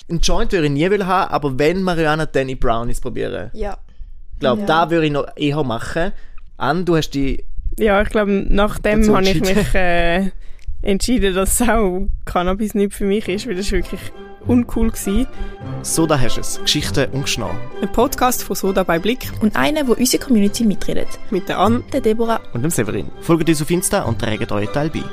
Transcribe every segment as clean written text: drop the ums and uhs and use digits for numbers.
einen Joint würde ich nie haben, aber wenn Marihuana, dann in Brownies probieren. Ja. Ich glaube, da würde ich noch eher machen. Ann, du hast die... Ja, ich glaube, nachdem habe ich mich entschieden, dass auch Cannabis nicht für mich ist, weil das wirklich uncool war. Soda hast es. Geschichten und Geschnau. Ein Podcast von Soda bei Blick. Und einer, wo unsere Community mitredet. Mit der Ann, Der Deborah. Und dem Severin. Folgt uns auf Insta und trägt euren Teil bei.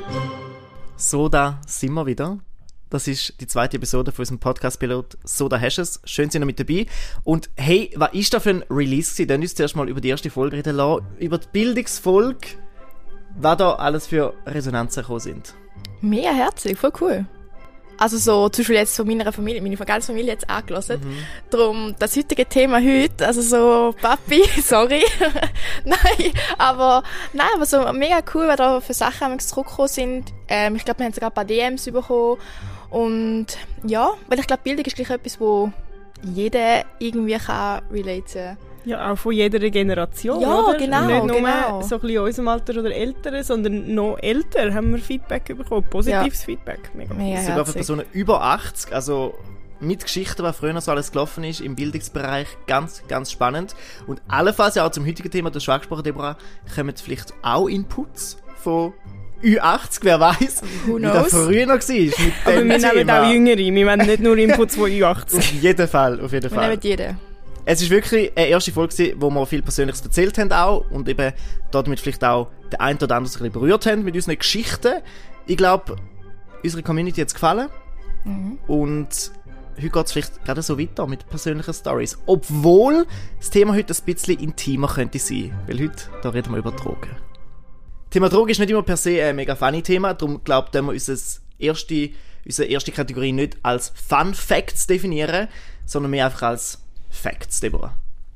Soda sind wir wieder. Das ist die zweite Episode von unserem Podcast-Pilot «Soda hast es». Schön, sind ihr mit dabei. Und hey, was ist da für ein Release gewesen? Dann uns zuerst mal über die erste Folge reden lassen. Über die Bildungsfolge. Was da alles für Resonanzen gekommen sind. Mega herzlich, voll cool. Also so, zum Beispiel jetzt von meiner Familie, meine ganze Familie jetzt angelassen. Darum, das heutige Thema heute, also so, Papi, sorry. Nein, aber so mega cool, weil da für Sachen zurückgekommen sind. Ich glaube, wir haben sogar ein paar DMs bekommen. Und ja, weil ich glaube, Bildung ist gleich etwas, wo jeder irgendwie kann relaten. ja, auch von jeder Generation, Ja, oder? genau, Nicht nur genau. so ein bisschen in unserem Alter oder Älteren, sondern noch älter haben wir Feedback bekommen, positives Feedback. Mega. Mega Sogar für herzlich. Personen über 80, also mit Geschichten, was früher so alles gelaufen ist im Bildungsbereich, ganz, ganz spannend. Und allenfalls ja auch zum heutigen Thema, der Schwachsprache, Deborah, kommen vielleicht auch Inputs von Ü80, wer weiß, Who wie das knows? früher noch war. Mit Aber dem wir nehmen Thema. auch Jüngere, wir wollen nicht nur Inputs von U18. Auf jeden Fall, auf jeden Wir Fall. nehmen jeden. Es ist wirklich eine erste Folge gewesen, wo wir viel Persönliches erzählt haben auch und eben damit vielleicht auch der ein oder andere sich ein bisschen berührt haben mit unseren Geschichten. Ich glaube, unsere Community hat es gefallen und heute geht es vielleicht gerade so weiter mit persönlichen Stories. Obwohl das Thema heute ein bisschen intimer könnte sein, weil heute da reden wir über Drogen. Thema Drogen ist nicht immer per se ein mega funny Thema, darum glaubt wir unsere erste Kategorie nicht als Fun Facts definieren, sondern mehr einfach als Facts, Deborah.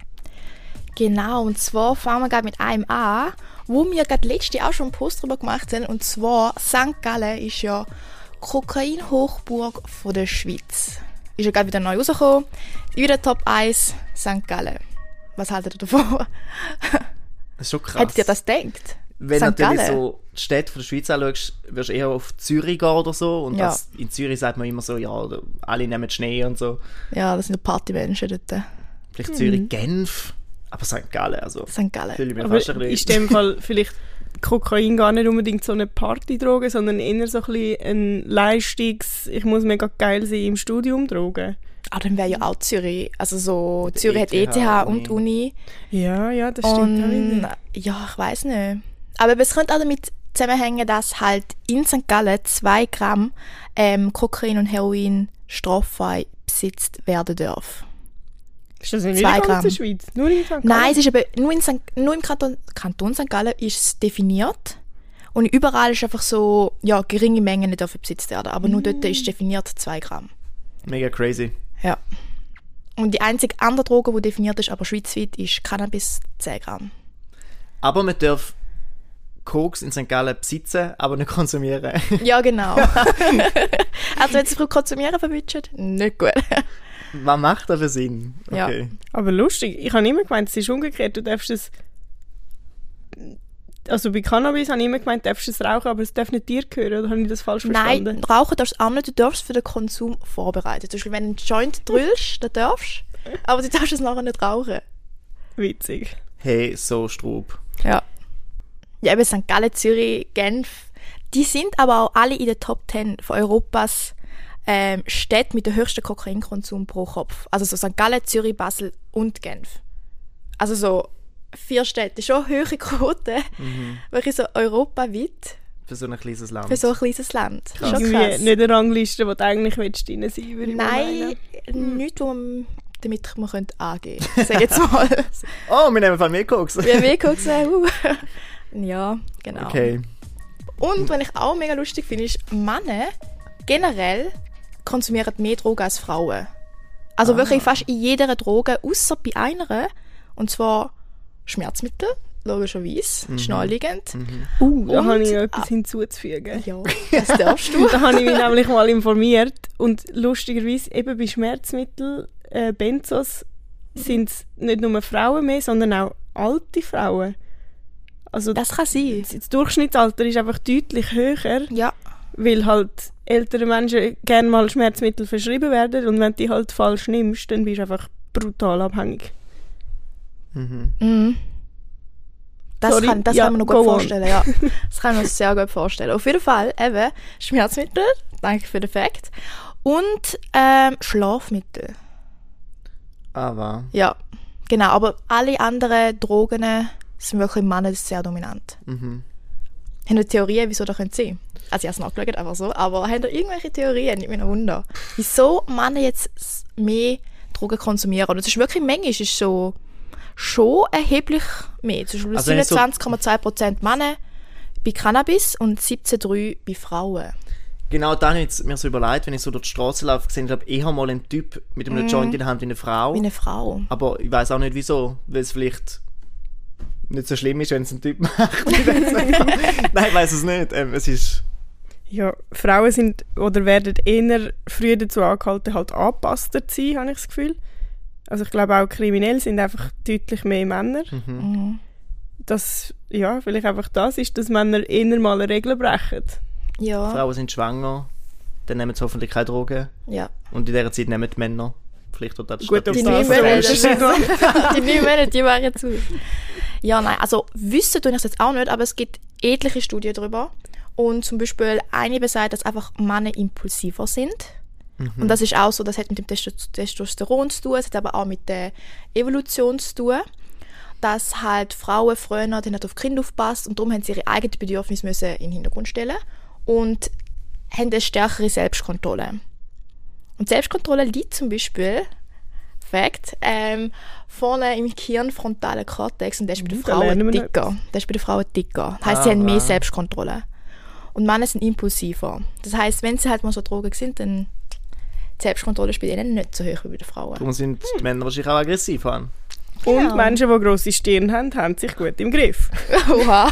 Genau, und zwar fangen wir gerade mit einem an, wo wir gerade letztes Jahr auch schon einen Post darüber gemacht haben. Und zwar, St. Gallen ist ja Kokain-Hochburg von der Schweiz. Ist ja gerade wieder neu rausgekommen. Wieder Top 1, St. Gallen. Was haltet ihr davon? Das ist schon krass. Hättet ihr das gedacht? Wenn du St. natürlich Gallen? so die Städte von der Schweiz anschaust, wirst du eher auf Zürich gehen oder so. Und Ja. in Zürich sagt man immer so, ja, alle nehmen Schnee und so. Ja, das sind die Partymenschen dort. Vielleicht Zürich, Genf, aber St. Gallen, also St. Gallen. fühle ich mich Aber fast ein ist bisschen... in dem Fall vielleicht Kokain gar nicht unbedingt so eine Partydroge, sondern eher so ein bisschen ein ich muss mega geil sein im Studium Droge. Aber dann wäre ja auch Zürich. Also so, Mit Zürich hat ETH ETH und Uni. Ja, das stimmt auch Und wieder. ja, ich weiss nicht. Aber es könnte auch damit zusammenhängen, dass halt in St. Gallen 2 Gramm Kokain und Heroin straffrei besitzt werden dürfen. Ist das nicht in 2 der ganzen Gramm. Schweiz? Nur in St. Gallen? Nein, es ist aber nur im Kanton St. Gallen ist es definiert. Und überall ist einfach so, ja, geringe Mengen nicht dürfen besitzt werden. Aber nur dort ist definiert 2 Gramm. Mega crazy. Ja. Und die einzige andere Droge, die definiert ist, aber schweizweit, ist Cannabis 10 Gramm. Aber man darf Koks in St. Gallen besitzen, aber nicht konsumieren. Ja, genau. Also wenn sie früh konsumieren verwünschen, nicht gut. Was macht das für Sinn? Ja. Okay. Aber lustig, ich habe immer gemeint, es ist umgekehrt, du darfst es... Also bei Cannabis habe ich immer gemeint, du darfst es rauchen, aber es darf nicht dir gehören, oder habe ich das falsch verstanden? Nein, rauchen darfst du auch nicht, du darfst für den Konsum vorbereiten. Zum Beispiel, wenn du einen Joint drüllst, dann darfst du, aber du darfst es nachher nicht rauchen. Witzig. Hey, so Strub. Ja. Ja, eben St. Gallen, Zürich, Genf, die sind aber auch alle in den Top 10 von Europas Städte mit dem höchsten Kokainkonsum pro Kopf. Also so St. Gallen, Zürich, Basel und Genf. Also so 4 Städte, schon hohe Quote, wirklich so europaweit Für so ein kleines Land. für so ein kleines Land. Krass. Schon Irgendwie krass. nicht eine Rangliste, wo du eigentlich drin sein willst, würde ich mal Nein, meinen. nichts, wo man damit man könnte angehen könnte. Sag jetzt mal. Oh, wir nehmen von mehr Koks. Wie wir geguckt haben. Ja, genau. Okay. Und was ich auch mega lustig finde, ist, Männer generell konsumieren mehr Drogen als Frauen. Also wirklich fast in jeder Droge, außer bei einer. Und zwar Schmerzmittel, logischerweise. Das ist naheliegend. Da habe ich noch Und- etwas hinzuzufügen. Ja, das darfst du. Da habe ich mich nämlich mal informiert und lustigerweise eben bei Schmerzmitteln, Benzos, sind es nicht nur Frauen mehr, sondern auch alte Frauen. Also Das kann sein. das Durchschnittsalter ist einfach deutlich höher, Ja. weil halt älteren Menschen gerne mal Schmerzmittel verschrieben werden und wenn du die halt falsch nimmst, dann bist du einfach brutal abhängig. Mhm. Das Sorry. kann Ja, man noch go gut on. vorstellen, ja. Das kann man sich sehr gut vorstellen. Auf jeden Fall eben Schmerzmittel, danke für den Fakt, und Schlafmittel. Aber Ja, genau, aber alle anderen Drogen sind wirklich Männer sehr dominant. Haben ihr Theorien, wieso das könnte sein? Also ich habe es nachgeschaut, einfach so, aber habt ihr irgendwelche Theorien? Nicht mehr Wunder. Wieso Männer jetzt mehr Drogen konsumieren? Und es ist wirklich manchmal ist so schon erheblich mehr. Zum Beispiel Also 27,2% Männer bei Cannabis und 17,3% bei Frauen. genau da habe ich mir so überlegt, wenn ich so durch die Straße laufe, gesehen, ich glaube, eher mal einen Typ mit einem Joint in der Hand wie eine Frau. Wie eine Frau. Aber ich weiß auch nicht wieso, weil es vielleicht nicht so schlimm ist, wenn es ein Typ macht. Nein, ich weiß es nicht. Es ist... Ja, Frauen sind oder werden eher früher dazu angehalten, halt angepasster zu sein, habe ich das Gefühl. Also ich glaube auch kriminell sind einfach deutlich mehr Männer. Dass, ja, vielleicht einfach das ist, dass Männer eher mal eine Regel brechen. Ja. Frauen sind schwanger, dann nehmen sie hoffentlich keine Drogen. Ja. Und in dieser Zeit nehmen die Männer vielleicht auch das Gut, ob Die das neuen Männer, so ist. die neuen Männer, die wären zu. Ja, nein, also wissen tue ich es jetzt auch nicht, aber es gibt etliche Studien darüber. Und zum Beispiel eine besagt, dass einfach Männer impulsiver sind. Und das ist auch so, das hat mit dem Testosteron zu tun, es hat aber auch mit der Evolution zu tun, dass halt Frauen früher die nicht auf die Kinder aufpassen und darum haben sie ihre eigenen Bedürfnisse müssen in den Hintergrund stellen und haben eine stärkere Selbstkontrolle. Und Selbstkontrolle liegt zum Beispiel, Fakt, vorne im Hirnfrontalen Kortex und der ist bei den Da lernen Frauen wir dicker. Der ist bei den Frauen dicker. Das heisst, sie haben mehr Selbstkontrolle. Und Männer sind impulsiver. Das heisst, wenn sie halt mal so Drogen sind, dann die Selbstkontrolle ist bei ihnen nicht so hoch wie bei den Frauen. Darum sind die Männer wahrscheinlich auch aggressiv. Und Genau. Menschen, die grosse Stirn haben, haben sich gut im Griff. Oha.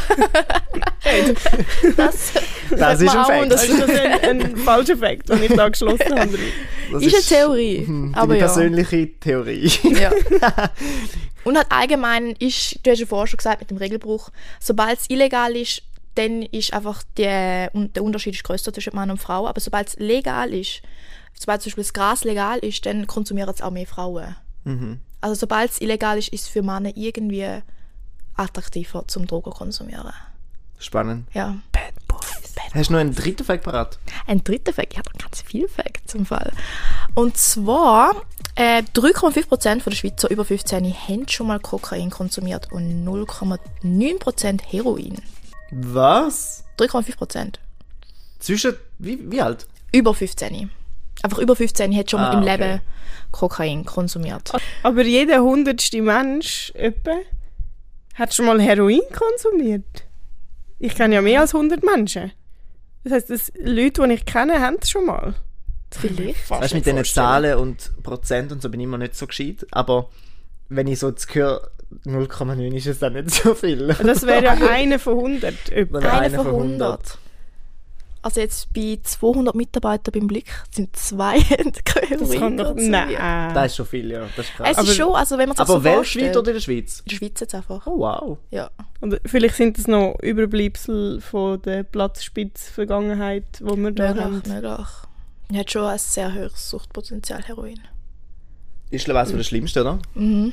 das Das ist ein Fact. Das ist ein falscher Fakt, den ich da geschlossen habe. Das ist eine Theorie. Deine Aber ja. persönliche Theorie. Ja. Und halt allgemein ist, du hast ja vorher schon gesagt, mit dem Regelbruch, sobald es illegal ist, dann ist einfach der Unterschied ist grösser zwischen Mann und Frau. Aber sobald es legal ist, sobald zum Beispiel das Gras legal ist, dann konsumieren es auch mehr Frauen. Also sobald es illegal ist, ist es für Männer irgendwie attraktiver zum Drogen konsumieren. Spannend. Ja. Bad Boys. Hast du noch einen dritten Fact parat? Ein dritter Fact, ich habe ganz viele Facts im Fall. Und zwar 3,5% der Schweizer über 15 haben schon mal Kokain konsumiert und 0,9% Heroin. Was? 3,5%. Zwischen... Wie alt? Über 15. Einfach über 15 hat schon mal im okay. Leben Kokain konsumiert. Aber jeder 100. Mensch etwa, hat schon mal Heroin konsumiert. Ich kenne ja mehr als 100 Menschen. Das heisst, dass Leute, die ich kenne, haben es schon mal. Vielleicht. Weißt du, mit diesen Zahlen und Prozent und so bin ich immer nicht so gescheit. Aber wenn ich so jetzt höre, 0,9 ist es dann nicht so viel. Das wäre ja einer von 100 etwa. Einer von 100. Also jetzt bei 200 Mitarbeitern beim Blick sind 2 Das kann doch... Nein. Das ist schon viel, ja. Das ist krass. Es ist schon, also wenn man sich Aber so weltweit vorstellt. oder in der Schweiz? In der Schweiz jetzt einfach. Oh, wow. Ja. Und vielleicht sind das noch Überbleibsel von der Platzspitz-Vergangenheit, die wir da haben. Möglich. Er hat schon ein sehr hohes Suchtpotenzial, Heroin. Ist was für das Schlimmste, oder? Mhm.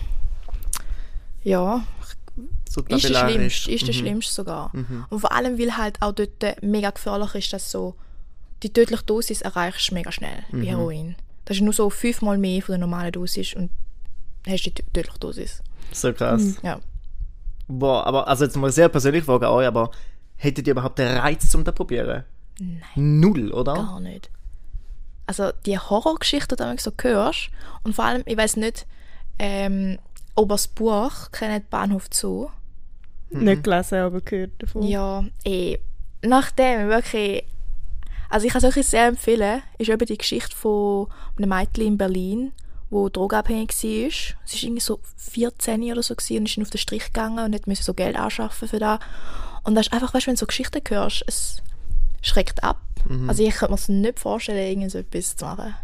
Ja, So ist der tabellarisch. Schlimmste, ist der Schlimmste sogar. Und vor allem, weil halt auch dort mega gefährlich ist, dass so die tödliche Dosis erreichst du mega schnell bei Heroin. Das ist nur so 5-mal mehr von der normalen Dosis und hast die tödliche Dosis. So krass. Ja. Boah, aber also jetzt mal sehr persönlich fragen an euch, aber hättet ihr überhaupt den Reiz zum das probieren? Nein. Null, oder? Gar nicht. Also die Horrorgeschichten, die du so hörst, und vor allem, ich weiss nicht, ob ihr das Buch kennt, Bahnhof Zoo. Nicht gelesen, aber gehört davon. Ja, nachdem wirklich, also ich kann es euch sehr empfehlen, ist eben die Geschichte von einem Mädchen in Berlin, wo drogenabhängig war. Sie war irgendwie so 14 oder so gewesen und ist dann auf den Strich gegangen und musste so Geld anschaffen für das. Und das ist einfach, weißt du, wenn du so Geschichten hörst, es schreckt ab. Also ich könnte mir es nicht vorstellen, irgend so etwas zu machen.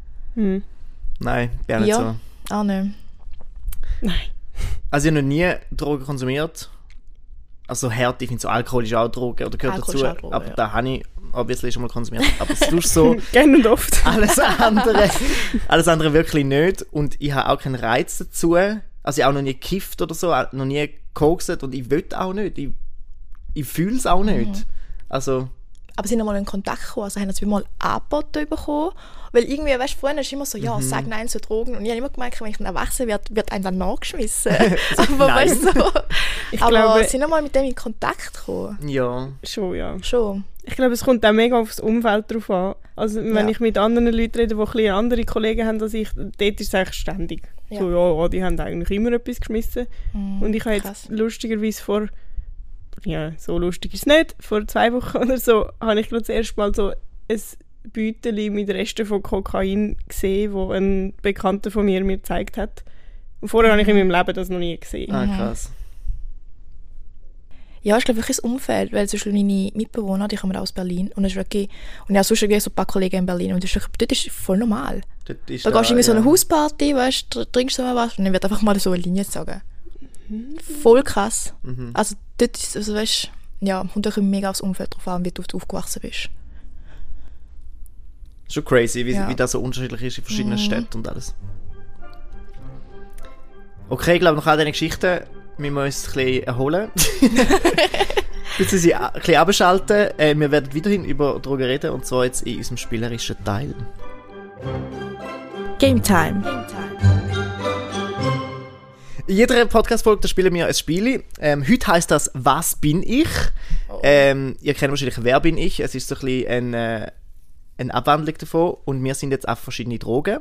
Nein, gar nicht so. Auch nicht. Nein. Also ich habe noch nie Drogen konsumiert. Also hart, ich finde so Alkohol ist auch Droge oder gehört Alkohol dazu. ist auch Droge, aber ja. da habe ich obviously schon mal konsumiert, aber sonst so Gerne und oft. alles andere wirklich nicht. Und ich habe auch keinen Reiz dazu. Also ich habe auch noch nie gekifft oder so, auch noch nie gekokst und ich will auch nicht. Ich fühle es auch nicht. Also... Aber sind einmal in Kontakt gekommen, also haben sie mal angeboten bekommen. Weil irgendwie, weißt du, vorhin ist immer so, ja, sag nein zu Drogen. Und ich habe immer gemerkt, wenn ich dann erwachsen werde, wird einem dann nachgeschmissen. Aber nein. weißt du, so. Ich aber glaube, sind einmal mit dem in Kontakt gekommen? Ja. schon, ja. Schon. Ich glaube, es kommt auch mega aufs Umfeld drauf an. Also wenn ich mit anderen Leuten rede, die ein bisschen andere Kollegen haben als ich, dort ist es eigentlich ständig. Ja. So, ja, die haben eigentlich immer etwas geschmissen. Und ich habe krass. jetzt lustigerweise so lustig ist es nicht, vor 2 Wochen oder so, habe ich gerade das erste Mal so ein Beutel mit Resten von Kokain gesehen, das ein Bekannter von mir gezeigt hat. Und vorher habe ich in meinem Leben das noch nie gesehen. Ah, krass. Ja, ich glaube wirklich das Umfeld, weil zum Beispiel meine Mitbewohner, die kommen aus Berlin und das ist wirklich, und ja, sonst so ein paar Kollegen in Berlin und das ist wirklich, dort ist voll normal. Da gehst du irgendwie so eine Hausparty, weißt du, trinkst du mal was und dann wird einfach mal so eine Linie gezogen. Voll krass. Also dort ist, also weißt, ja, kommt auch mega aufs Umfeld drauf an, wie du aufgewachsen bist. Schon crazy, wie das so unterschiedlich ist in verschiedenen Städten und alles. Okay, ich glaube, nach all diesen Geschichten müssen wir uns ein bisschen erholen. Beziehungsweise ein bisschen abschalten. Wir werden weiterhin über Drogen reden, und zwar jetzt in unserem spielerischen Teil. Game Time. In jeder Podcast-Folge spielen wir ein Spiel. Heute heisst das «Was bin ich?». Ihr kennt wahrscheinlich «Wer bin ich?». Es ist so ein bisschen eine Abwandlung davon. Und wir sind jetzt auf verschiedene Drogen.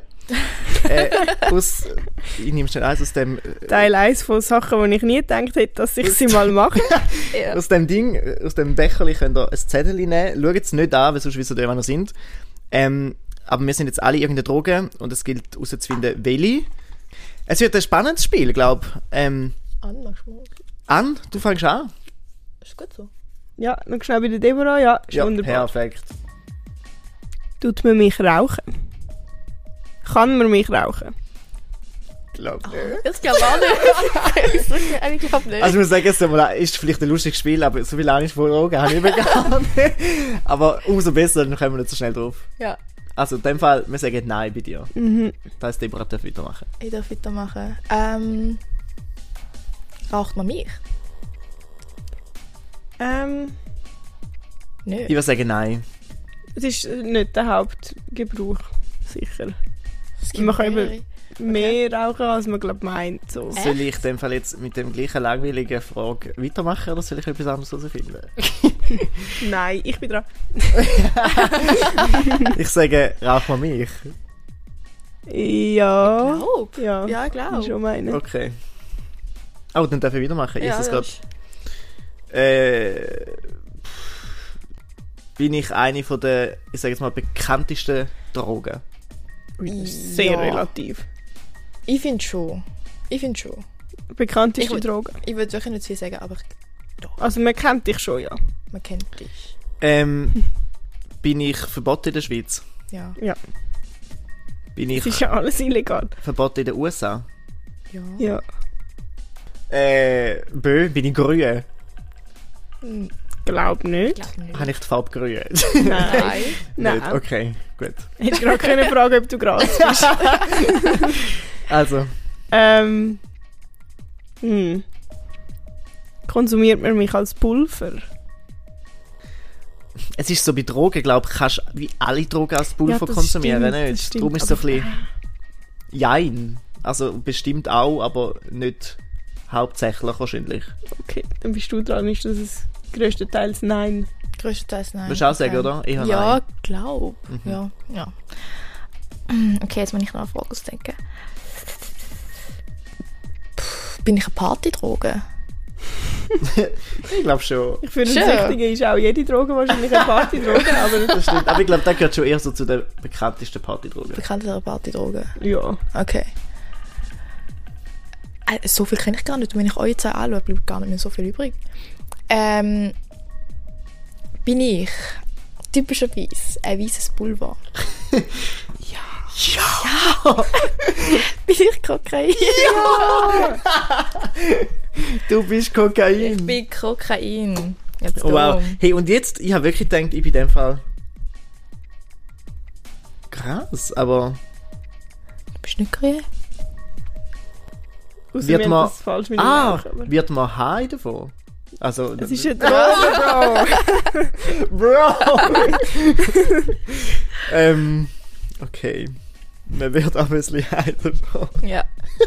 Ich nehme schnell eins aus dem... Teil 1 von Sachen, die ich nie gedacht hätte, dass ich sie mal mache. Ja. Aus dem Ding, aus dem Becherli könnt ihr ein Zettel nehmen. Schaut es nicht an, weil sonst wisst ihr, wer wir sind. Aber wir sind jetzt alle irgendeine Droge und es gilt herauszufinden, welche. Es wird ein spannendes Spiel, glaube ich. Anne, magst du mal? Anne, du fängst an. Ist gut so. Ja, noch schnell bei der Deborah. Ja, ist Ja, wunderbar. perfekt. Tut man mich rauchen? Kann man mich rauchen? Glaub nicht. Ich glaube auch nicht. Ich glaube nicht. Also ich muss sagen, es ist vielleicht ein lustiges Spiel, aber so viel Ahnung von Drogen habe ich immer gar nicht. Aber umso besser, dann kommen wir nicht so schnell drauf. Ja, Also in dem Fall, wir sagen Nein bei dir. Das heisst, Deborah darf weitermachen. ich darf weitermachen. Raucht man mich? Nö. Ich würde sagen Nein. Es ist nicht der Hauptgebrauch, sicher. Es gibt Man kann mehrere. eben mehr rauchen, als man glaub, meint. So. Soll ich in dem Fall jetzt mit dem gleichen langweiligen Frage weitermachen oder soll ich etwas anderes herausfinden? Nein, ich bin dran. Ich sage, rauch mal mich. Ja. Glaub. Ja, Ja, ich glaube. schon meine. Okay. Oh, dann darf ich wieder machen. Ja, ist das das gerade... bin ich eine von der, ich sage jetzt mal, bekanntesten Drogen? Sehr Ja. relativ. Ich finde schon. Bekannteste Ich- Drogen. Ich würde wirklich nicht viel sagen, aber Also man kennt dich schon, ja. man kennt dich. Bin ich verboten in der Schweiz? Ja. Ja. Bin Es ich ist ja alles illegal. verboten in den USA? Ja. Ja. Bin ich grün? Glaub nicht. Ich glaube nicht. Habe ich die Farbe grün? Nein. Nein. Nicht? Okay, gut. Hättest gerade können fragen, ob du Gras bist. Also, Konsumiert man mich als Pulver? es ist so bei Drogen, glaube ich, kannst du wie alle Drogen als Pulver Ja, das konsumieren, stimmt, das nicht? stimmt, Darum ist es so ein aber- bisschen Jein. Also bestimmt auch, aber nicht hauptsächlich wahrscheinlich. Okay, dann bist du dran. Ist das größtenteils Nein? Größtenteils nein. Willst du auch sagen, oder? Eher Ja, nein. glaub. Ja. Okay, jetzt muss ich noch eine Frage ausdenken. Bin ich eine Partydroge? Ich glaube schon. Ich finde, Schön. das Richtige ist auch jede Droge wahrscheinlich eine Partydroge, aber Das stimmt. Aber ich glaube, das gehört schon eher so zu den bekanntesten Partydrogen. Bekanntere Partydroge. ja. Okay. So viel kenne ich gar nicht. Und wenn ich euch zwei anschaue, bleibt gar nicht mehr so viel übrig. Bin ich typischerweise ein weißes Pulver? Ja! Bin ich Kokain? Du bist Kokain. Ich bin Kokain. Jetzt Oh wow. Hey, und jetzt, ich habe wirklich gedacht, ich bin in dem Fall krass, aber Du bist nicht grün. Ausser wird wir haben man... das falsch mit dem Rauch, aber wird man high davon? Also... es ist eine Droge, Bro. Bro! Okay. Man wird auch ein bisschen high davon. Ja.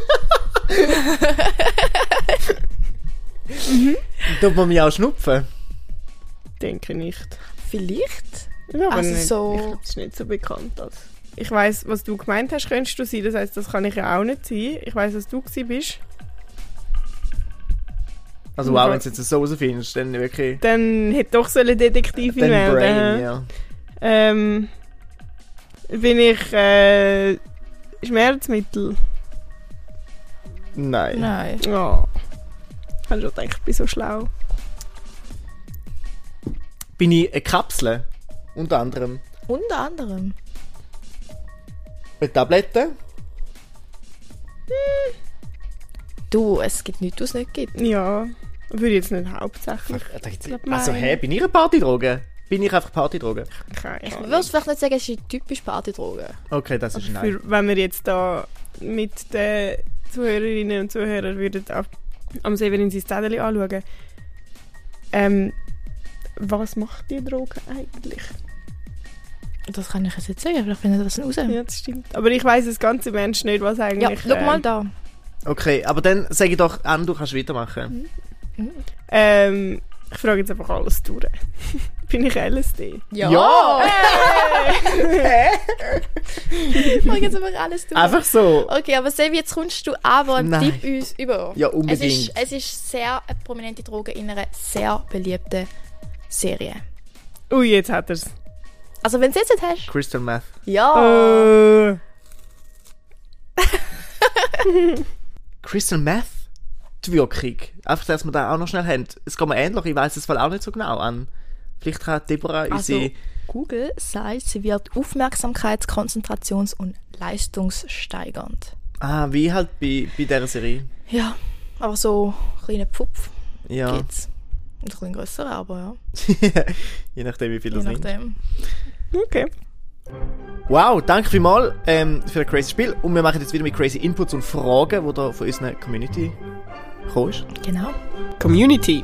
Tut man mich auch schnupfen? Denke nicht. Vielleicht. Ja, aber Also nicht, so- ich glaube, das ist nicht so bekannt. Als ich weiss, was du gemeint hast, könntest du sein. Das heisst, das kann ich ja auch nicht sein. Ich weiss, was du bist. Also wow, wenn du es jetzt so rausfindest, dann wirklich... Dann hätte doch so eine Detektivin Dann melden. Brain, ja. Bin ich Schmerzmittel? Nein. Nein. Ja. Ich habe schon gedacht, ich bin so schlau. Bin ich eine Kapsel? Unter anderem. Unter anderem. Eine Tablette? Du, es gibt nichts, was es nicht gibt. Ja. Würde ich jetzt nicht hauptsächlich. glaub, Also nein. bin ich eine Partydroge? Bin ich einfach Partydroge? Keine Ich Ahnung. würde vielleicht nicht sagen, es ist eine typische Partydroge. Okay, das ist nein. Für, wenn wir jetzt da mit den Zuhörerinnen und Zuhörern würden am Severin sein Zettel anschauen. Was macht die Droge eigentlich? Das kann ich jetzt nicht sagen, vielleicht finden wir das raus. Ja, das stimmt. Aber ich weiss es ganz im Ernst nicht, was Ja, eigentlich... schau mal da. Okay, aber dann sage ich doch an, du kannst weitermachen. ich frage jetzt einfach alles durch. Bin ich LSD? Ja! Ich frage jetzt einfach alles durch. Einfach so. Okay, aber Sevi, jetzt kommst du aber einen Nein. Tipp uns über. Ja, unbedingt. Es ist sehr eine prominente Droge in einer sehr beliebten Serie. Ui, jetzt hat er's. Also wenn du es jetzt nicht hast. Crystal Meth. Ja. Crystal Meth? Die Wirkung. Einfach, dass wir da auch noch schnell haben. Es geht mir ähnlich, ich weiss es auch nicht so genau an. Vielleicht kann Deborah Also unsere... Google sagt, sie wird Aufmerksamkeits-, Konzentrations- und leistungssteigernd. Ah, wie halt bei dieser Serie. Ja, aber so kleine Pfupf Ja. geht's. Ein bisschen grösser, aber ja. Je nachdem, wie viel Je das sind. nachdem. Okay. Wow, danke vielmals für das crazy Spiel. Und wir machen jetzt wieder mit crazy Inputs und Fragen, die da von unserer Community gekommen ist. Genau. Community.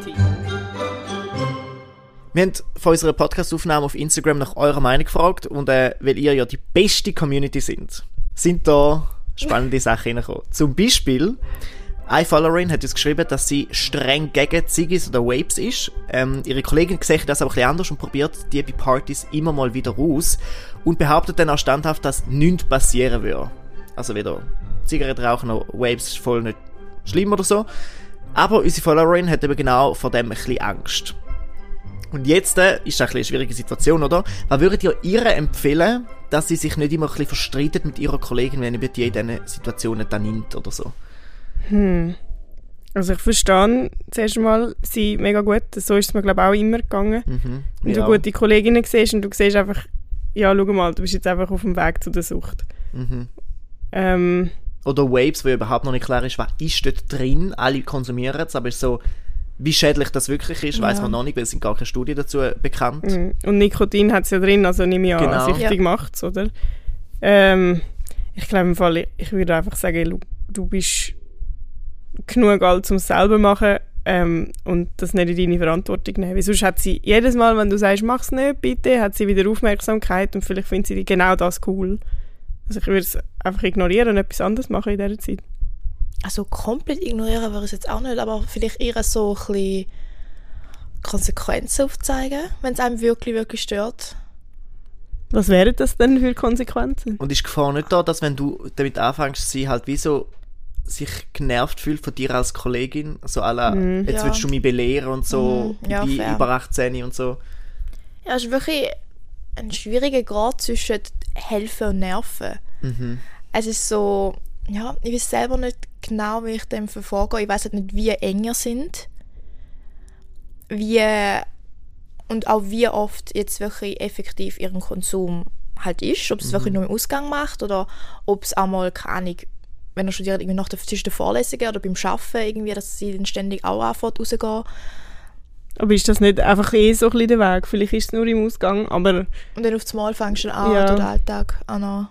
Wir haben von unserer Podcast-Aufnahme auf Instagram nach eurer Meinung gefragt und weil ihr ja die beste Community sind da spannende Sachen reingekommen. Zum Beispiel, eine Followerin hat uns geschrieben, dass sie streng gegen Ziggis oder Vapes ist. Ihre Kollegin sieht das aber ein bisschen anders und probiert die bei Partys immer mal wieder aus und behauptet dann auch standhaft, dass nichts passieren würde. Also weder Zigaretten rauchen noch Vapes ist voll nicht schlimm oder so. Aber unsere Followerin hat eben genau vor dem ein bisschen Angst. Und jetzt ist das ein bisschen eine schwierige Situation, oder? Was würdet ihr ihr empfehlen, dass sie sich nicht immer ein bisschen verstreitet mit ihrer Kollegin, wenn ihr die in diesen Situationen dann nimmt oder so? Also ich verstehe zuerst mal sie mega gut. So ist es mir, glaube ich, auch immer gegangen. Wenn du Ja. gute Kolleginnen siehst und du siehst einfach, ja, schau mal, du bist jetzt einfach auf dem Weg zu der Sucht. Oder Vapes, wo überhaupt noch nicht klar ist, was ist dort drin. Alle konsumieren es, aber ist so, wie schädlich das wirklich ist, weiss man noch nicht, weil es sind gar keine Studien dazu bekannt. Und Nikotin hat es ja drin, also nehme ich an, Genau. süchtig Ja. macht es, oder? Ich glaube im Fall, ich würde einfach sagen, du bist genug alt, um es selber zu machen und das nicht in deine Verantwortung nehmen. Weil sonst hat sie jedes Mal, wenn du sagst, mach's nicht, bitte, hat sie wieder Aufmerksamkeit und vielleicht findet sie genau das cool. Also ich würde es einfach ignorieren und etwas anderes machen in dieser Zeit. Also komplett ignorieren würde ich es jetzt auch nicht, aber vielleicht eher so ein bisschen Konsequenzen aufzeigen, wenn es einem wirklich, wirklich stört. Was wären das denn für Konsequenzen? Und ist die Gefahr nicht da, dass wenn du damit anfängst, sie halt wie so sich genervt fühlt von dir als Kollegin, so à la, jetzt Ja. willst du mich belehren und so, Ja, wie fair. über 18 und so. Ja, es ist wirklich ein schwieriger Grad zwischen helfen und nerven. Es ist so, ja, ich weiß selber nicht genau, wie ich dem vorgehe. Ich weiß halt nicht, wie eng wir sind. Und auch wie oft jetzt wirklich effektiv ihren Konsum halt ist. Ob es wirklich nur im Ausgang macht oder ob es auch mal, keine Ahnung, wenn er studiert, irgendwie zwischen den Vorlesungen oder beim Arbeiten irgendwie, dass sie dann ständig auch anfängt rauszugehen. Aber ist das nicht einfach so ein bisschen der Weg? Vielleicht ist es nur im Ausgang, aber... Und dann auf das Mal fängst du an, den Alltag an.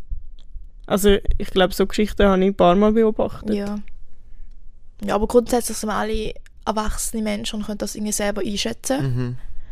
Also ich glaube, so Geschichten habe ich ein paar Mal beobachtet. Ja. Ja, aber grundsätzlich sind wir alle erwachsene Menschen und können das irgendwie selber einschätzen. Mhm.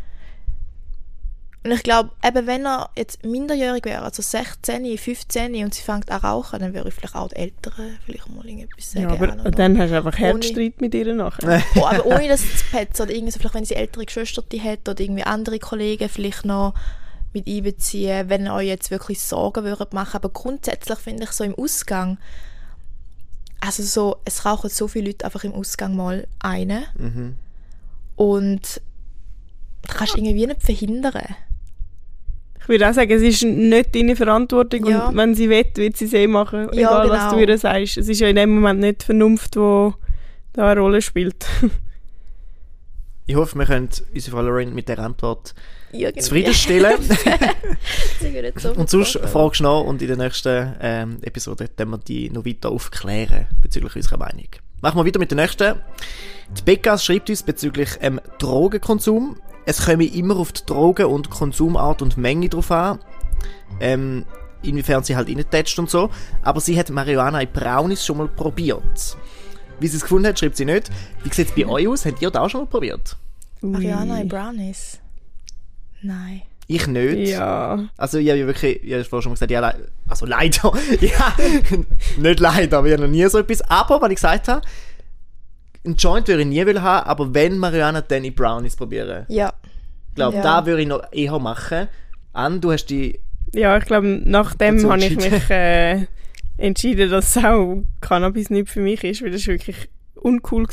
Und ich glaube, eben wenn er jetzt minderjährig wäre, also 16, 15 und sie fängt an rauchen, dann würde ich vielleicht auch die Eltern vielleicht mal irgendetwas sagen. Ja, aber dann hast du einfach Herzstreit mit ihr nachher. Oh, aber ohne das zu petzen oder irgendwie so, vielleicht wenn sie ältere Geschwister hat oder irgendwie andere Kollegen vielleicht noch mit einbeziehen, wenn euch jetzt wirklich Sorgen würden machen. Aber grundsätzlich finde ich so im Ausgang, also so, es rauchen so viele Leute einfach im Ausgang mal eine. Mhm. Und das kannst du irgendwie nicht verhindern. Ich würde auch sagen, es ist nicht deine Verantwortung Ja. und wenn sie will, wird sie es machen, Ja, egal was du genau. ihr sagst. Es ist ja in dem Moment nicht die Vernunft, die da eine Rolle spielt. Ich hoffe, wir können unsere Followerin mit der Antwort Irgendwie. zufriedenstellen. Sie würden so Und sonst vorstellen. fragst du noch und in der nächsten Episode werden wir die noch weiter aufklären bezüglich unserer Meinung. Machen wir weiter mit der nächsten. Die Becca schreibt uns bezüglich Drogenkonsum. Es komme immer auf die Drogen- und Konsumart und Menge drauf an. Inwiefern sie halt reintätscht und so. Aber sie hat Marihuana in Brownies schon mal probiert. Wie sie es gefunden hat, schreibt sie nicht. Wie sieht es bei euch aus? Habt ihr das auch schon mal probiert? Marihuana in Brownies? Nein. Ich nicht. Ja. Also ich habe ja wirklich, ich habe vorhin schon mal gesagt, ja, also leider, ja, nicht leider, aber ich habe noch nie so etwas. Aber, was ich gesagt habe, einen Joint würde ich nie haben, aber wenn Marihuana, dann in Brownies probieren. Ja. Ich glaube, Ja. da würde ich noch eher machen. Anne, du hast die... Ja, ich glaube, nachdem Dazu habe ich entschieden. mich entschieden, dass auch Cannabis nicht für mich ist, weil das war wirklich uncool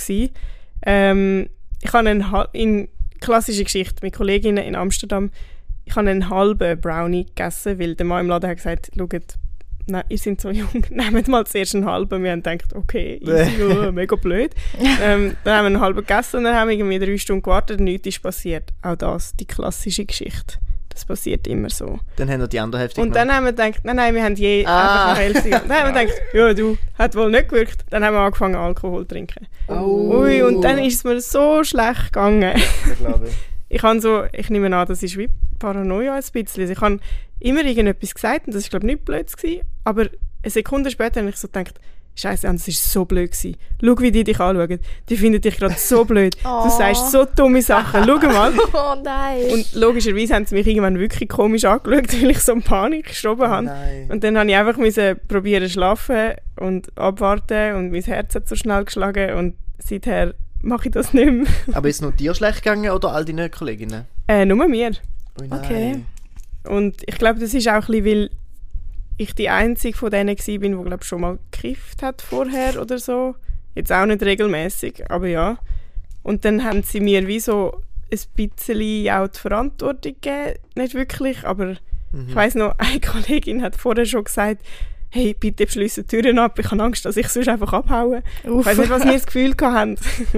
gewesen. Ich habe in klassischer Geschichte mit Kolleginnen in Amsterdam, ich habe einen halben Brownie gegessen, weil der Mann im Laden hat gesagt, schaut, nein, ihr seid so jung, nehmt mal zuerst einen halben. Wir haben gedacht, okay, easy, mega blöd. Dann haben wir einen halben gegessen und dann haben wir irgendwie 3 Stunden gewartet und nichts ist passiert. Auch das, die klassische Geschichte. Das passiert immer so. Dann haben wir die andere Hälfte Und dann haben wir gedacht, nein, wir haben einfach eine Hälfte. Dann haben wir gedacht, ja du, hat wohl nicht gewirkt. Dann haben wir angefangen, Alkohol zu trinken. Oh. Ui, und dann ist es mir so schlecht gegangen. glaube ich. Ich nehme an, das ist wie Paranoia ein bisschen. Also ich habe immer irgendetwas gesagt und das war, glaube ich, nicht blöd gewesen. Aber eine Sekunde später habe ich so gedacht, Scheiße, das war so blöd gewesen. Schau, wie die dich anschauen. Die finden dich gerade so blöd. Oh. Du sagst so dumme Sachen. Schau mal. Oh nein. Und logischerweise haben sie mich irgendwann wirklich komisch angeschaut, weil ich so in Panik geschoben habe. Nein. Und dann habe ich einfach probieren zu schlafen und abwarten und mein Herz hat so schnell geschlagen und seither mache ich das nicht mehr. Aber ist es nur dir schlecht gegangen oder all deinen Kolleginnen? Nur mir. Oh nein. Okay. Und ich glaube, das ist auch ein bisschen, weil ich die einzige von denen war, die glaub, schon mal gekifft hat vorher oder so. Jetzt auch nicht regelmäßig, aber ja. Und dann haben sie mir wie so ein bisschen auch die Verantwortung gegeben. Nicht wirklich, aber ich weiss noch, eine Kollegin hat vorher schon gesagt, hey, bitte schliessen die Türen ab, ich habe Angst, dass ich sonst einfach abhaue. Ich weiss nicht, was wir das Gefühl hatten.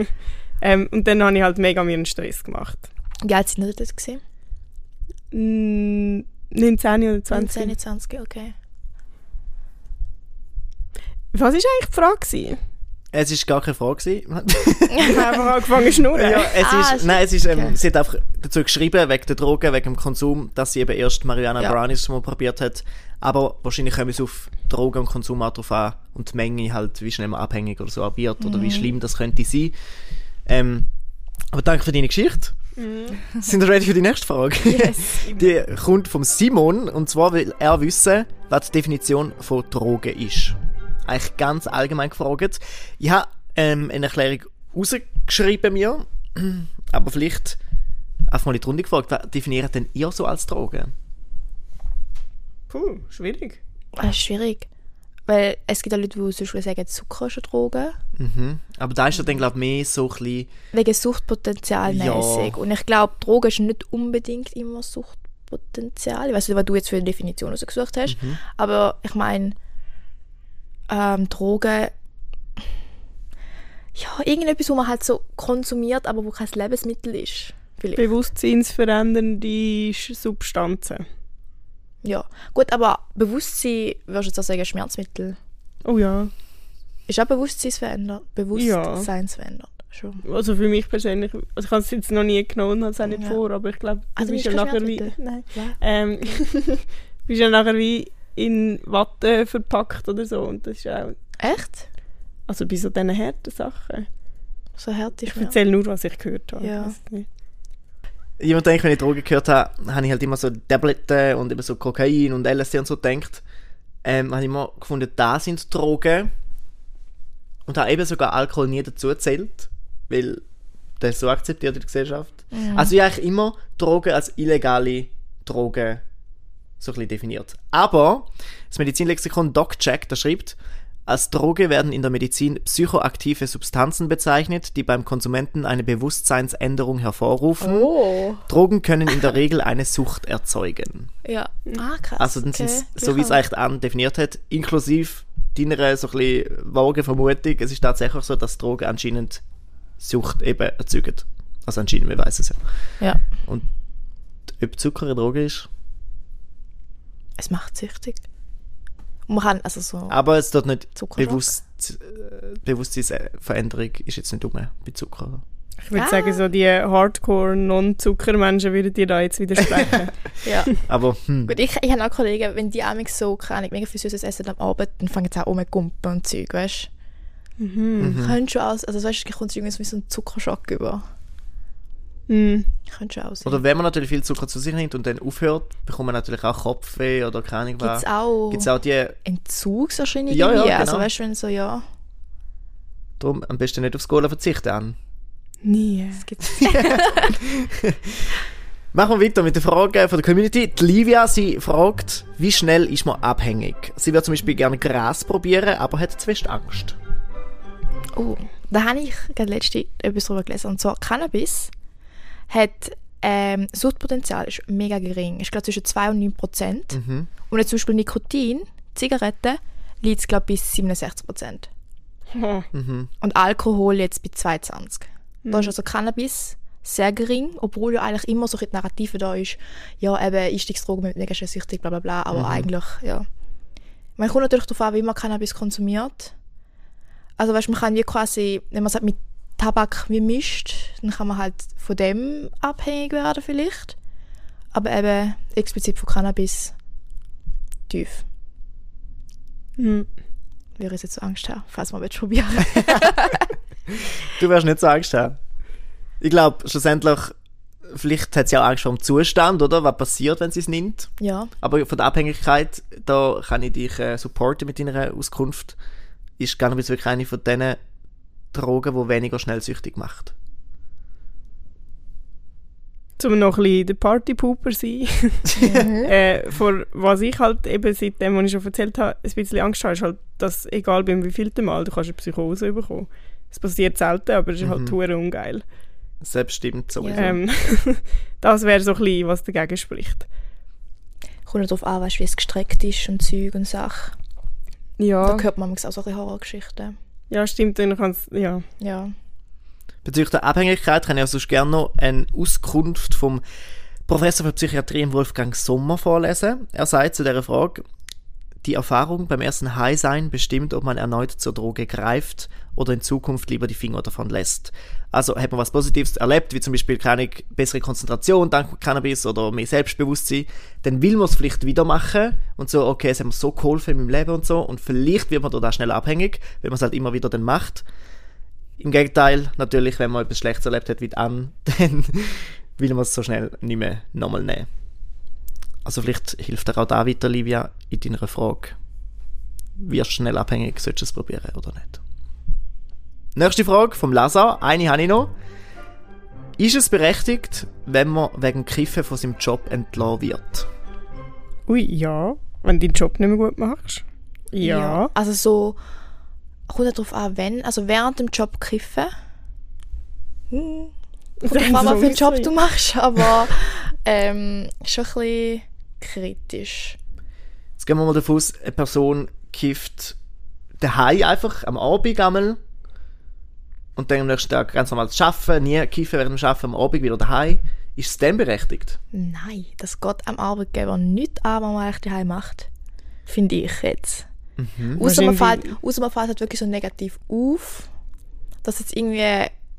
Und dann habe ich halt mega mir einen Stress gemacht. Wie alt sind ihr dort gewesen? 19 oder 20. 19, 20, okay. Was war eigentlich die Frage gewesen? Es war gar keine Frage. Ich habe einfach angefangen zu schnurren. Ja, Okay. sie hat einfach dazu geschrieben, wegen der Drogen, wegen dem Konsum, dass sie eben erst Marihuana Brownies mal probiert hat. Aber wahrscheinlich kommen es auf Drogen und Konsumart drauf an und die Menge halt, wie schnell man abhängig oder so wird oder wie schlimm das könnte sein. Aber danke für deine Geschichte. Sind wir ready für die nächste Frage? Yes. Die kommt vom Simon und zwar will er wissen, was die Definition von Drogen ist. Eigentlich ganz allgemein gefragt. Ich habe eine Erklärung rausgeschrieben mir, aber vielleicht einfach mal in die Runde gefragt, was definiert denn ihr so als Drogen? Puh, schwierig. Das ist schwierig. Weil es gibt auch Leute, die zum Beispiel sagen, Zucker ist eine Droge. Mhm. Aber da ist ja dann, glaube ich, mehr so ein bisschen... Wegen Suchtpotenzialmäßig. Ja. Und ich glaube, Drogen ist nicht unbedingt immer Suchtpotenzial. Ich weiß nicht, was du jetzt für eine Definition rausgesucht hast. Aber ich meine, Drogen... Ja, irgendetwas, wo man halt so konsumiert, aber wo kein Lebensmittel ist. Vielleicht. Bewusstseinsverändernde Substanzen. Ja, gut, aber Bewusstsein, würdest du jetzt auch sagen, Schmerzmittel? Oh ja. Ist auch Bewusstseinsverändert? Bewusstseinsverändert. Schon. Also für mich persönlich, also ich habe es jetzt noch nie genommen, habe es auch nicht vor, aber ich glaube, du bist ja nachher wie... Nein. Bist ja nachher wie in Watte verpackt oder so und das ist auch... Echt? Also bei so diesen harten Sachen. So hart ist Ich erzähle nur, was ich gehört habe. Ja. Jemand denkt, wenn ich Drogen gehört habe, habe ich halt immer so Tabletten und eben so Kokain und LSD und so gedacht. Habe ich immer gefunden, das sind Drogen. Und habe eben sogar Alkohol nie dazu gezählt, weil das ist so akzeptiert in der Gesellschaft. Mhm. Also ich habe eigentlich immer Drogen als illegale Drogen so ein bisschen definiert. Aber das Medizinlexikon DocCheck, da schreibt, als Droge werden in der Medizin psychoaktive Substanzen bezeichnet, die beim Konsumenten eine Bewusstseinsänderung hervorrufen. Oh. Drogen können in der Regel eine Sucht erzeugen. Ja. Ah, krass. Also dann sind es, so wie es eigentlich Anne definiert hat, inklusive deiner so ein bisschen vage Vermutung, es ist tatsächlich so, dass Drogen anscheinend Sucht eben erzeugen. Also anscheinend, wir wissen es ja. Ja. Und ob Zucker eine Droge ist? Es macht süchtig. Man kann also so... Aber es tut nicht Bewusstseinsveränderung ist jetzt nicht dumm bei Zucker. Oder? Ich würde sagen, so die Hardcore-Non-Zucker-Menschen würden dir da jetzt widersprechen. Ja. Aber, Gut, ich habe auch Kollegen, wenn die amigs so, keine Ahnung, mega viel Süßes essen am Abend, dann fangen sie auch an Gumpen und Zeug, weißt du? Können schon aus, also weißt du, kommt es irgendwie so ein Zuckerschock über. Könnte schon aussehen. Oder wenn man natürlich viel Zucker zu sich nimmt und dann aufhört, bekommt man natürlich auch Kopfweh oder keine Ahnung was. Gibt's auch die Entzugserscheinungen? Ja, genau. Also weißt du, wenn so, ja... Darum am besten nicht aufs Cola verzichten an. Nie. Das gibt's. Machen wir weiter mit den Fragen von der Community. Die Livia, sie fragt, wie schnell ist man abhängig? Sie würde zum Beispiel gerne Gras probieren, aber hat zu fest Angst. Oh, da habe ich gerade letztens etwas darüber gelesen. Und zwar Cannabis hat Suchtpotenzial ist mega gering. Ist glaube zwischen 2 und 9%. Und jetzt zum Beispiel Nikotin, Zigaretten, liegt es glaube bis 67%. Und Alkohol jetzt bei 22%. Da ist also Cannabis sehr gering, obwohl ja eigentlich immer so ein Narrative da ist, ja eben Einstiegsdrogen mit mega schön süchtig, bla bla bla, aber eigentlich, ja. Man kommt natürlich darauf an, wie man Cannabis konsumiert. Also weißt, man kann wie quasi, wenn man es halt mit Tabak wie mischt, dann kann man halt von dem abhängig werden vielleicht. Aber eben explizit von Cannabis tief. Würde ich jetzt so Angst haben, falls man probieren will. Du wirst nicht so Angst haben. Ich glaube, schlussendlich, vielleicht hat sie auch Angst vor dem Zustand, oder? Was passiert, wenn sie es nimmt? Ja. Aber von der Abhängigkeit, da kann ich dich supporten mit deiner Auskunft. Ist Cannabis wirklich eine von diesen Drogen, die weniger schnell süchtig macht? Um noch ein bisschen der Partypooper sein. Vor was ich halt eben seitdem, was ich schon erzählt habe, ein bisschen Angst habe, ist halt, dass egal beim wievielten Mal, du kannst eine Psychose bekommen. Es passiert selten, aber es ist halt verdammt ungeil. Selbststimmt sowieso. Das wäre so ein bisschen, was dagegen spricht. Kommt darauf an, weißt, wie es gestreckt ist und Zeug und Sachen. Ja. Da hört man auch so ein Horrorgeschichten. Ja, stimmt. Dann kann's, ja. Bezüglich der Abhängigkeit kann ich auch sonst gerne noch eine Auskunft vom Professor für Psychiatrie Wolfgang Sommer vorlesen. Er sagt zu dieser Frage, die Erfahrung beim ersten High-Sein bestimmt, ob man erneut zur Droge greift oder in Zukunft lieber die Finger davon lässt. Also hat man was Positives erlebt, wie zum Beispiel keine bessere Konzentration dank Cannabis oder mehr Selbstbewusstsein, dann will man es vielleicht wieder machen und so, okay, es hat mir so geholfen in meinem Leben und so und vielleicht wird man da schnell abhängig, wenn man es halt immer wieder dann macht. Im Gegenteil, natürlich, wenn man etwas Schlechtes erlebt hat wie Anne, dann will man es so schnell nicht mehr nochmal nehmen. Also vielleicht hilft dir auch da weiter, Livia, in deiner Frage. Wirst du schnell abhängig, solltest du es probieren oder nicht? Nächste Frage vom Lazar, eine habe ich noch. Ist es berechtigt, wenn man wegen Kiffen von seinem Job entlassen wird? Ui, ja. Wenn du deinen Job nicht mehr gut machst. Ja. Also so, kommt ja darauf an, wenn, also während dem Job kiffen. Kommt drauf an, was für einen Job du machst, aber schon ein bisschen kritisch. Jetzt gehen wir mal davon aus, eine Person kifft daheim einfach, am Abend einmal und dann am nächsten Tag ganz normal arbeiten, nie kiffen während dem Arbeiten, am Abend wieder daheim. Ist es dann berechtigt? Nein, das geht am Arbeitgeber nicht an, was man eigentlich daheim macht. Finde ich jetzt. Außer man fällt halt wirklich so negativ auf, dass jetzt irgendwie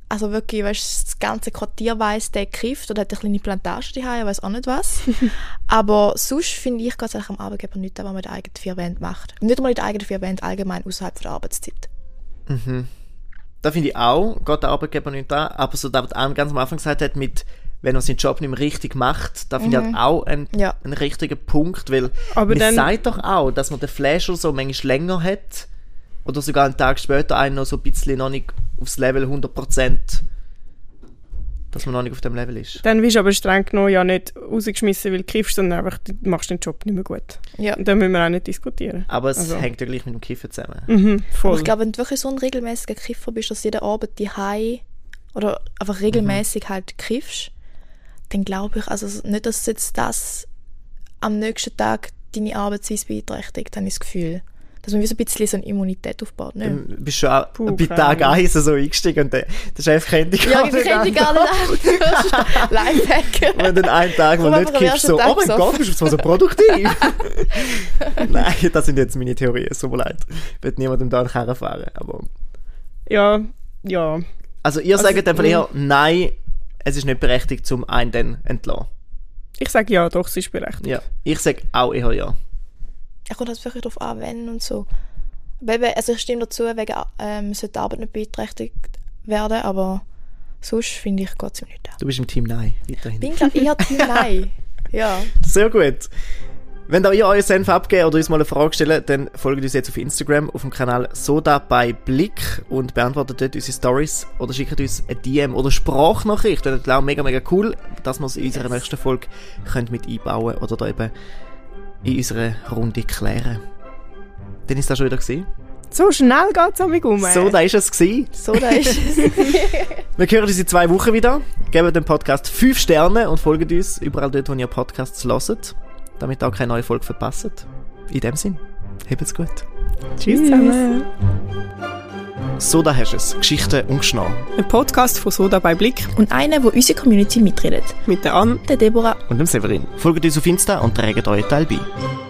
Also wirklich, weißt, das ganze Quartier weiss, der kifft oder hat eine kleine Plantage daheim, ich weiss auch nicht was. Aber sonst finde ich, geht es eigentlich am Arbeitgeber nicht, wenn man die eigenen 4 Wände macht. Nicht einmal die eigenen 4 Wände, allgemein außerhalb der Arbeitszeit. Mhm. Da finde ich auch, geht der Arbeitgeber nicht an, aber so, was Anne ganz am Anfang gesagt hat, mit, wenn er seinen Job nicht mehr richtig macht, da finde ich halt auch ein richtiger Punkt, weil man sagt doch auch, dass man den Flasher so manchmal länger hat oder sogar einen Tag später einen noch so ein bisschen noch nicht aufs Level 100%, dass man noch nicht auf dem Level ist. Dann wirst du aber streng genommen ja nicht rausgeschmissen, weil du kiffst, sondern einfach, du machst den Job nicht mehr gut. Ja. Und da müssen wir auch nicht diskutieren. Aber es hängt ja gleich mit dem Kiffen zusammen. Voll. Aber ich glaube, wenn du wirklich so ein regelmäßiger Kiffer bist, dass jeden Abend daheim oder einfach regelmäßig halt kiffst, dann glaube ich, also nicht, dass jetzt das am nächsten Tag deine Arbeitsweise beeinträchtigt, habe ich das Gefühl. Dass man wie so ein bisschen so eine Immunität aufbaut. Ne? Dann bist du auch bei Tag 1 so eingestiegen und der Chef kennt dich gar nicht. Ja, ich kenne dich gar nicht an. Lifehack. Wenn dann einen Tag, wo du nicht kiffst, so, oh mein Gott, bist du so produktiv. Nein, das sind jetzt meine Theorien, es tut mir leid. Ich will niemandem da einen Karren fahren, aber... Ja. Also ihr sagt einfach eher, nein, es ist nicht berechtigt, um einen dann entlassen. Ich sage ja, doch, es ist berechtigt. Ja, ich sage auch eher ja. Ich komme das wirklich darauf an, wenn und so. Also ich stimme dazu, wegen sollte die Arbeit nicht beeinträchtigt werden, aber sonst finde ich, geht es ihm nicht an. Du bist im Team Nein, weiterhin. Ich bin glaube eher Team Nein, ja. Sehr gut. Wenn da ihr euren Senf abgebt oder uns mal eine Frage stellt, dann folgt uns jetzt auf Instagram, auf dem Kanal Soda bei Blick und beantwortet dort unsere Stories oder schickt uns eine DM oder Sprachnachricht. Das ist auch mega, mega cool, dass wir es in unserer nächsten Folge mit einbauen oder da eben in unserer Runde klären. Dann ist das schon wieder gewesen. So schnell geht es um. So, da ist es gewesen. So, da ist es. Wir hören uns in 2 Wochen wieder. Geben dem Podcast 5 Sterne und folgt uns überall dort, wo ihr Podcasts hört, damit ihr auch keine neue Folge verpasst. In dem Sinn, habt's gut. Tschüss zusammen. Soda hast es. Geschichten und Geschnau. Ein Podcast von Soda bei Blick. Und einer, wo unsere Community mitredet. Mit der Anne, der Deborah und dem Severin. Folgt uns auf Insta und trägt euren Teil bei.